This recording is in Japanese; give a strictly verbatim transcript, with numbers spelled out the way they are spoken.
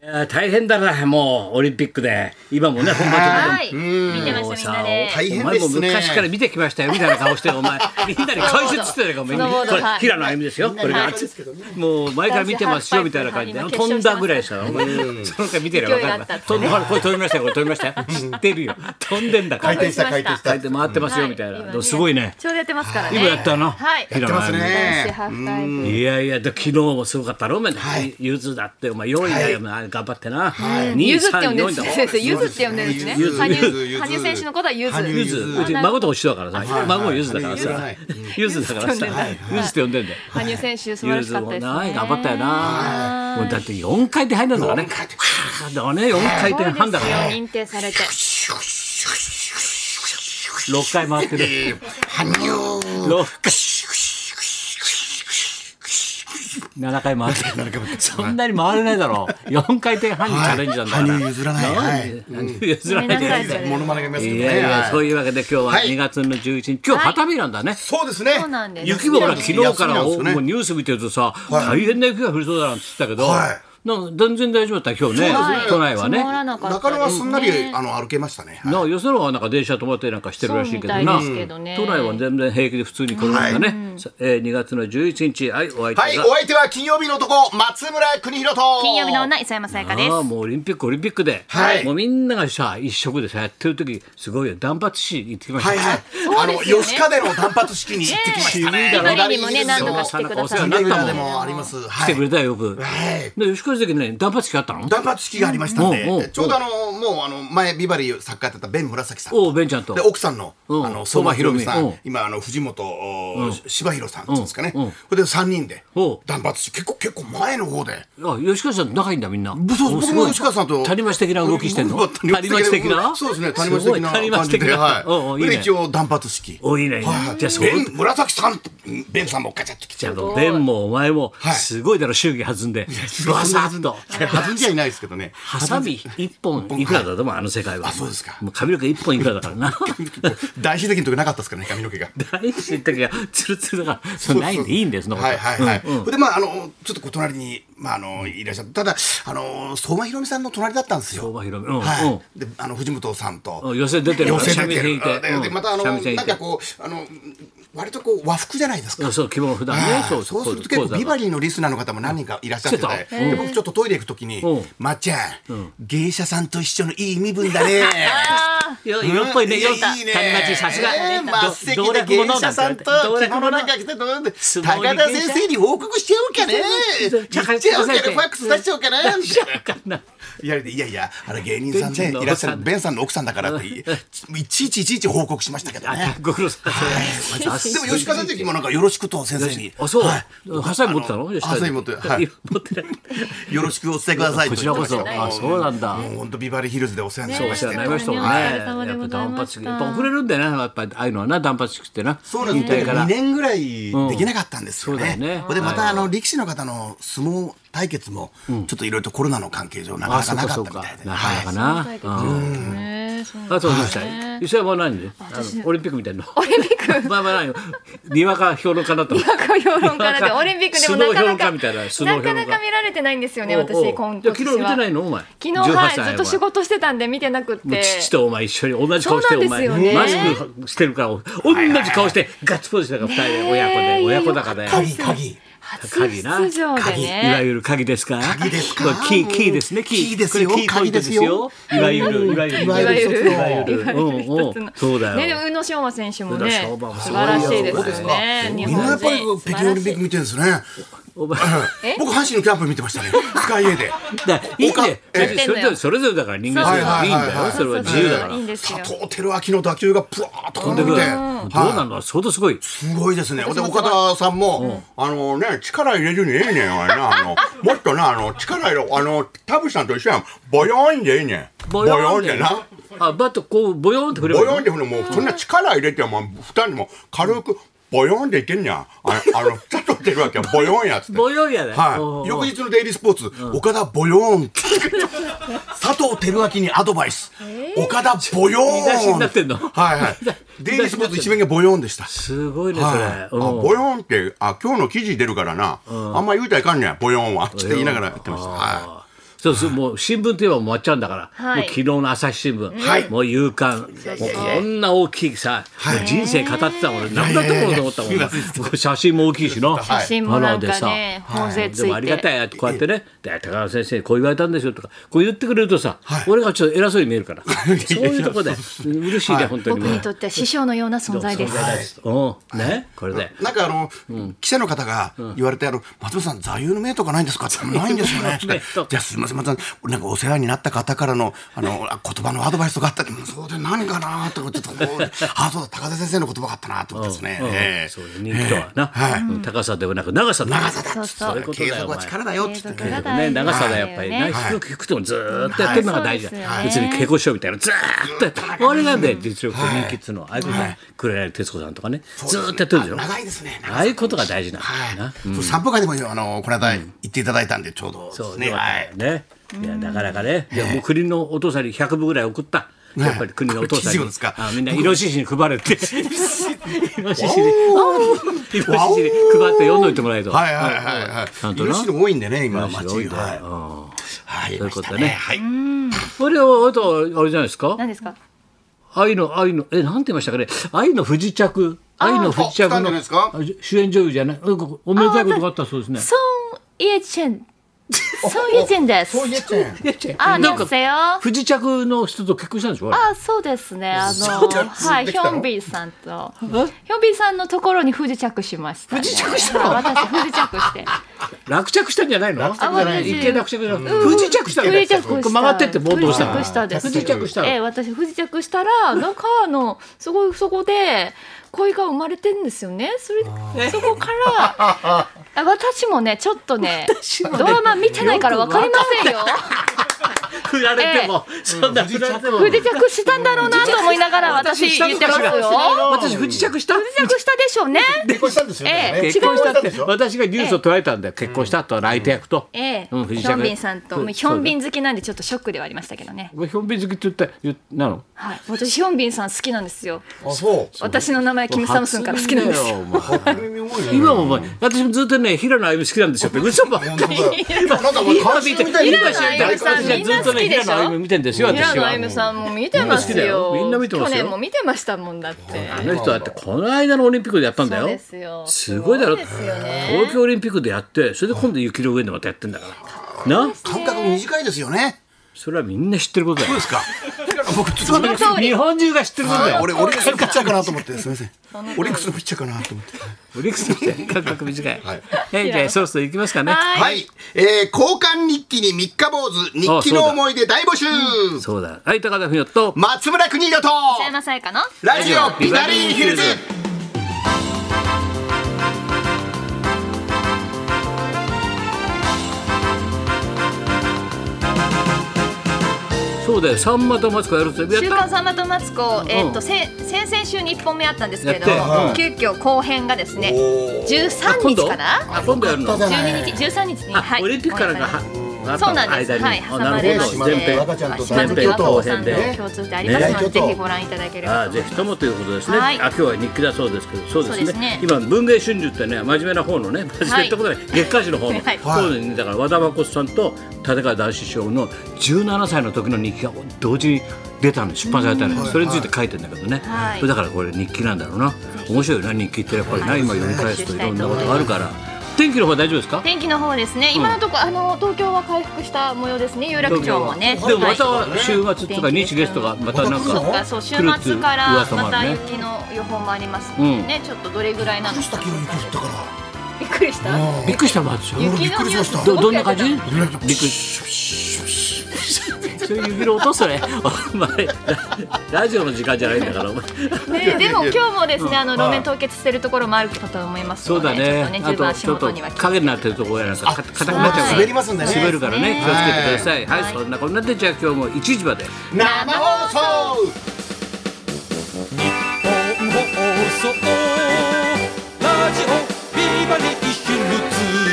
いや大変だな、もうオリンピックで今もね本番中はい、見てましたみんなで。 大変お前もですね。 昔から見てきましたよみたいな顔してお前みんなに解説してるからお前スノーボードこれはい平野歩夢ですよこれがもう前から見てますよみたいな感じで男子飛んだぐらいでしたからお前その回見てるわかんない飛んでこれ飛びましたよこれ飛びましたよ知ってるよ飛んでんだから回転した回転した。 回転回ってますよみたいなでもすごいねちょうどやってますからね。 今やったのはい。 平野歩夢ね男子ハーフタイム。 いやいやで昨日もすごかったろお前はいゆずだってお前よんいだよ頑張ってなゆずって呼んでるんにさんよんいだです。ゆずって呼んでるんですね。 ゆず羽生ゆず羽生選手のことはゆず。 羽生ゆずうち孫と一緒だからさ孫もゆずだからさはいゆずだからさゆずって呼んでんだよ羽生選手素晴らしかったですなね。 頑張ったよなもうだってよんかい転半なんだからねだからねよんかい転半だから認定されて。 ろっかい回ってるろっかいななかい回ってるそんなに回れないだろうよんかい転半にチャレンジなんだから羽生譲らない。はい羽生譲らないごめんなさいそれモノマネがいますけどいやいやね。 そういうわけで今日はにがつのじゅういちにち今日旗日なんだねそうですね。 そうなんです。 雪もほら昨日から休みなんですよねもうニュース見てるとさ大変な雪が降りそうだなんて言ってたけどはいなんか全然大丈夫だった今日ねはい都内はね積もらなかった中野はすんなりですねあの歩けましたね。はいなよそのはなんか電車止まってなんかしてるらしいけどなそうみたいですけどね都内は全然平気で普通に来るんだねさえーにがつのじゅういちにちはいお相はい、 手がお相手は金曜日の男松村邦弘と。 金曜日の女磯山さやかです。 ああもうオリンピックオリンピックで、 はいもうみんながさ一色でさやってる時すごいよ断髪式行ってきました、 はいはい。あのそうですよね吉川での断髪式に行ってきましたね。 ねビバリーにもね何度か来てくださってお世話になったもんでもあります。 来てくれたよよく、 はい。 で吉川関ね断髪式あったの断髪式がありましたんうんうんで、ちょうどあのもうあの前ビバリーサッカーやってたベン紫さんおうベンちゃんとで奥さんのうんあの相馬ひろみさうんん、今あの藤本お柴弘さんっていうんですかね。 うんうんこれで三人でおう断髪式結構結構前の方で。 あ吉川さん仲いいんだみんなそう僕も吉川さんと谷町的な動きしてんの僕は谷町的なそうですね谷町的な谷感じで、 町的なはい。 おうおういいねで一応断髪式。 おいいねいいねはいじゃあそうベン紫さんとベンさんもガチャッと来ちじゃあゃう。 ベンもお前もはいすごいだろ祝儀弾んでバサッと弾んじゃいないですけどね。 ハサミ一本いくらだともあの世界はあそうですかもう髪の毛一本いくらだからな大自然の時なかったですからね髪の毛が。 大事言ったけどツルツルだからそれないんでいいんですのことはいはいはい。それでまああのちょっとこう隣にまああのいらっしゃったただあの相馬ひろみさんの隣だったんですよ。 相馬ひろみうんはうんい。であの藤本さんとうん寄席出てる寄席出てる。 三味線弾いてででうんまたあの三味線弾いてなんかこうあの割とこう和服じゃないですか。 そう着物普段ねはいそうそうすると結構ビバリーのリスナーの方も何人かいらっしゃって来ててたで僕ちょっとトイレ行くときにうん 「まっちゃん芸者さんと一緒のいい身分だね」 よ色っぽいねいやよいいね谷町さすがねど末席道で芸楽者者さんと道楽者着物なんか着てどうで相撲に高田先生に報告しちゃおうかね高田言っちゃおうかね先生ファックス出しちゃおうかなみたいなかんないいやいやいやあれ芸人さんベンちゃんのねいらっしゃるベンさんの奥さんだからっていちいちいちいち報告しましたけどねご苦労さませんでも吉川さんの時もなんかよろしくと先生にあそうはいハサミ持ってたの吉川ハサミ持ってはい持ってないよろしくお伝えくださいとこちらこそ言ってまあしたそうなんだもう本当ビバリーヒルズでお世話になりおまして世話になりましたもんね。 お疲れやっぱ様でござい断髪式、 ましたやっぱ遅れるんだよね。やっぱりああいうのはな断髪式ってな。 そうなんです引退からにねんぐらいできなかったんですよね。 うんそうだよねでまたあの力士の方の相撲対決もちょっといろいろとコロナの関係上なかなかなかったみたいで。 なかなかはいな。 対決ですね。そうあとどうしたい？磯山は何で？あのオリンピックみたいなの。 オリンピックまあまあ何？にわか評論家だと。 評論家でオリンピックでもなかな相撲評論家かみたいな相撲な評論家かなか見られてないんですよね私おうおう今じゃあ昨日見てないののお前？ 昨日じゅうはっさいはいずっと仕事してたんで見てなくっもうて父とお前一緒に同じ顔してそうお前なんですよねマスクしてるから同じ顔してガッツポーズしてたから二人で親子で親子だから鍵鍵初鍵な出場でいわねゆる鍵ですか？ 鍵ですかこれキーキーですね。 キーですよこれキーポイントですよ。いわゆるいわゆるいわゆる一つのいわゆるうんうんそうだよ。 ねでも宇野昌磨選手も宇野ね昌磨もす素ごいよ晴らしいですそうですかね日みんなやっぱり本人北京オリンピック見てるんですね。 お前僕阪神のキャンプ見てましたね。スカイエーで。 だいいんだよ。 えそれぞれそれぞれだから人間それぞれいいんだよ。それは自由だから。 いいんですよ佐藤輝明の打球がプワーッと飛んでできて。 どうなんだ相当すごい。 すごいですね。で岡田さんも、あのね力入れずにええねんおいなあのもっとなあの力入れあの田淵さんと一緒やんボヨーンでええねんボヨーンででなあバッとこうボヨーンって振ればいいのボヨーンでふねもうそんな力入れても二人も軽くボヨーンでいけんねやああの佐藤輝明はボヨーンやつって。 ボヨーンやで。 はい、翌日のデイリースポーツ、岡田ボヨーン佐藤輝明にアドバイス、岡田ボヨーン見出しになってんのはいはいデイリースポーツ一面がボヨーンでした。 すごいねそれ。 はい、あボヨーンってあ今日の記事出るからな、あんま言うたらいかんねやボヨーンはって言いながら言ってました。はいそうそう、もう新聞といえば終わっちゃうんだから、 はいもう昨日の朝日新聞、 はいもう夕刊、もうこんな大きいさ、もう人生語ってたもん、何だったものと思ったもん、もう写真も大きいしな、 はい写真もなんかあらでさね大勢つでもありがいてたいやってこうやってね、で高田先生にこう言われたんですよとかこう言ってくれるとさ、俺がちょっと偉そうに見えるからそういうとこで嬉しいね、本当にもう僕にとっては師匠のような存在です。 うんね、これでなんかあの、記者の方が言われて、あの松本さん座右の銘とかないんですかってないんですよねって言ってじゃあすみません松本さんなんかお世話になった方からのあの言葉のアドバイスとかあったらそうで何かなとかちょっとこうあそうだ高田先生の言葉があったなと思ってですね、 うんええそう人気とはな、うん高さではなく長さだ長さだそうそうそういうことだよ継続は力だよって言ってね継続がね、長さだやっぱりね、低く低くてもずーっとやってるのが大事だ、 はい別に稽古師匠みたいなずーっとやってあれがね実力と人気っつうのはああいうことだ黒柳徹子さんとかねずーっとやってるでしょ、 長いですねああいうことが大事なんだはいよな、 そう散歩会でもあのこの間行っていただいたんでちょうどですね、 そうね、 はいね、いやなかなかね、いやもう国のお父さんにひゃくぶぐらい送った。やっぱり国のお父さんにこれ記事ですかあみんなイノシシに配れってイノシシにイノシシに配って読んどいてもらえと。 はいはいはいはいちゃんとなイノシシ多いんでね今イノシシ多いんだよはいうんはいそういうことねはいこれはあとあれじゃないですか。 何ですか。 愛の愛のえなんて言いましたかね。愛の不時着愛の不時着あ来たんじゃないのですかあ主演女優じゃない。うんおめでたいことがあったそうですね。 ソンイエチェン。ソンイエチェンです。 そう言っちゃえあ、 なんか 안녕하세요。 不時着の人と結婚したんでしょ。あれあ、そうですね。あの、はい、ヒョンビンさんと、ヒョンビンさんのところに不時着しました、ね。 不時着したのはい私不時着して。 落着したんじゃないの。 落着じゃない一見落着じゃなくて不時着したの。 不時着した。 曲がってってボードをしたの。 不時着したです。 不時着したの。 ええ、私不時着したら、なんかあの、すごいそこで。恋が生まれてんですよね。それそこからあ私もねちょっとねドラマ見てないからわかりませんよ。 振られても、そんな振られても不時着したんだろうなと思いながら私言ってますよ。 私不時着した。 不時着したでしょうね。 結婚したんですよねええ結婚したって私がニュースを捉えたんだよ。結婚したと相手役と。 ええ、 うん不時着ヒョンビンさんともうヒョンビン好きなんでちょっとショックではありましたけどね。 ヒョンビン好きって言った言っなの。 はい、私ヒョンビンさん好きなんですよ。 あそう私の名前キムサムスンから好きなんですよ。 今もお前私もずっとね平野歩夢好きなんですよって嘘ばっかり。 なんかもう監修みたいに平野歩夢さんみんな好きでしょ。 平野歩夢見てんですよ私平野歩は。 夢さんも見てますみんな好きだよよ。 みんな見てますよ去年も見てましたもんだって。 あの人だってこの間のオリンピックでやったんだよ。 そうですよ。 すごいだろ。 そうですよね。 東京オリンピックでやってそれで今度雪の上でまたやってんだからな。 感覚短いですよねそれはみんな知ってることだよ。 そうですか僕ちょっとその通り。 日本中が知ってることだよ。 俺オリックスのピッチャーかなと思ってすみませんオリックスのピッチャーかなと思ってオリックスって感覚短い。 はいえじゃあそろそろ行きますかね。 はいはい、えー、交換日記に三日坊主日記の思い出大募集そうだ。はい高田文夫と松村邦洋と北山さやかのラジオビバリーヒルズそうだよさんまとマツコやるってや週った。 刊さんまとマツコ、えーっとうんせ先々週にいっぽんめあったんですけれどやっても、急遽後編がですねおーじゅうさんにちかなあ今度やるの。 じゃじゅうないににちじゅうさんにちに、 あはい、 オリンピックからがはあったそうなんです間にはいあなるほど挟まれまして前編若ちゃんと島津前編後和子さん編でと共通でありますので、 ねぜひご覧いただければあぜひともということですね。 はいあ今日は日記だそうですけど、そうですね。 そうですね今文芸春秋ってね真面目な方のね真面目ってことで、月刊誌の方の、 はい方にねだから和田誠さんと立川談志師匠のじゅうななさいの時の日記が同時に出たの出版されたの、それについて書いてんだけどね。 はいそれだからこれ日記なんだろうな。面白いな日記ってやっぱりな、今読み返すといろんなことがあるから。天気の方は大丈夫ですか？ 天気の方ですね、今のところあの東京は回復した模様ですね。有楽町もね。 でもまたはい週末とか日月とかまたなんかそうかそう週来るっていう末から噂もまたあるね。 雪の予報もありますのでね、ちょっとどれぐらいなのかした昨日雪降ったからびっくりした。 びっくりしたもんですよ。 雪のびっくりしましたどどんな感じ？ びびっくり。そういう雪の音それ。お前ララジオの時間じゃないんだからお前。 ね、でも今日もですね、あの路面凍結しているところもあるかと思いますそうので、 だね。 ちょっとね、十分あと足ちょっと元には気をつけて影になってるところやなんかか硬くなっちゃうから。 滑りますんでね滑るからね気をつけてください。はい、 はいそんなこんなでじゃあ今日もいちじまで。 生放送日本放送ラジオビバリーヒルズ